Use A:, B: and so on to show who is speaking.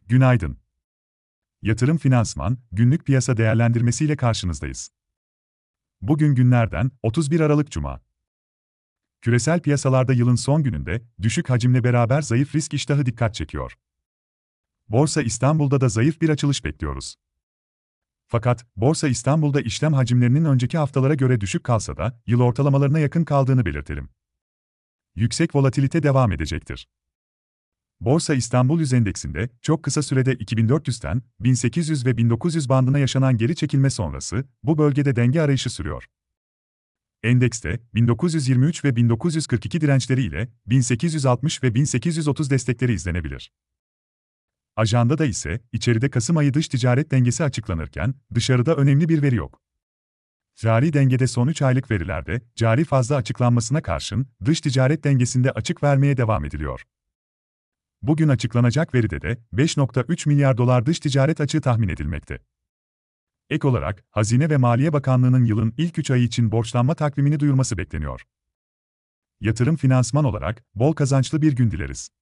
A: Günaydın. Yatırım Finansman, günlük piyasa değerlendirmesiyle karşınızdayız. Bugün günlerden 31 Aralık Cuma. Küresel piyasalarda yılın son gününde düşük hacimle beraber zayıf risk iştahı dikkat çekiyor. Borsa İstanbul'da da zayıf bir açılış bekliyoruz. Fakat Borsa İstanbul'da işlem hacimlerinin önceki haftalara göre düşük kalsa da yıl ortalamalarına yakın kaldığını belirtelim. Yüksek volatilite devam edecektir. Borsa İstanbul Yüz Endeksinde çok kısa sürede 2400'ten 1800 ve 1900 bandına yaşanan geri çekilme sonrası bu bölgede denge arayışı sürüyor. Endekste 1923 ve 1942 dirençleri ile 1860 ve 1830 destekleri izlenebilir. Ajandada ise içeride Kasım ayı dış ticaret dengesi açıklanırken dışarıda önemli bir veri yok. Cari dengede son 3 aylık verilerde cari fazla açıklanmasına karşın dış ticaret dengesinde açık vermeye devam ediliyor. Bugün açıklanacak veride de 5,3 milyar dolar dış ticaret açığı tahmin edilmekte. Ek olarak, Hazine ve Maliye Bakanlığı'nın yılın ilk 3 ayı için borçlanma takvimini duyurması bekleniyor. Yatırım finansman olarak bol kazançlı bir gün dileriz.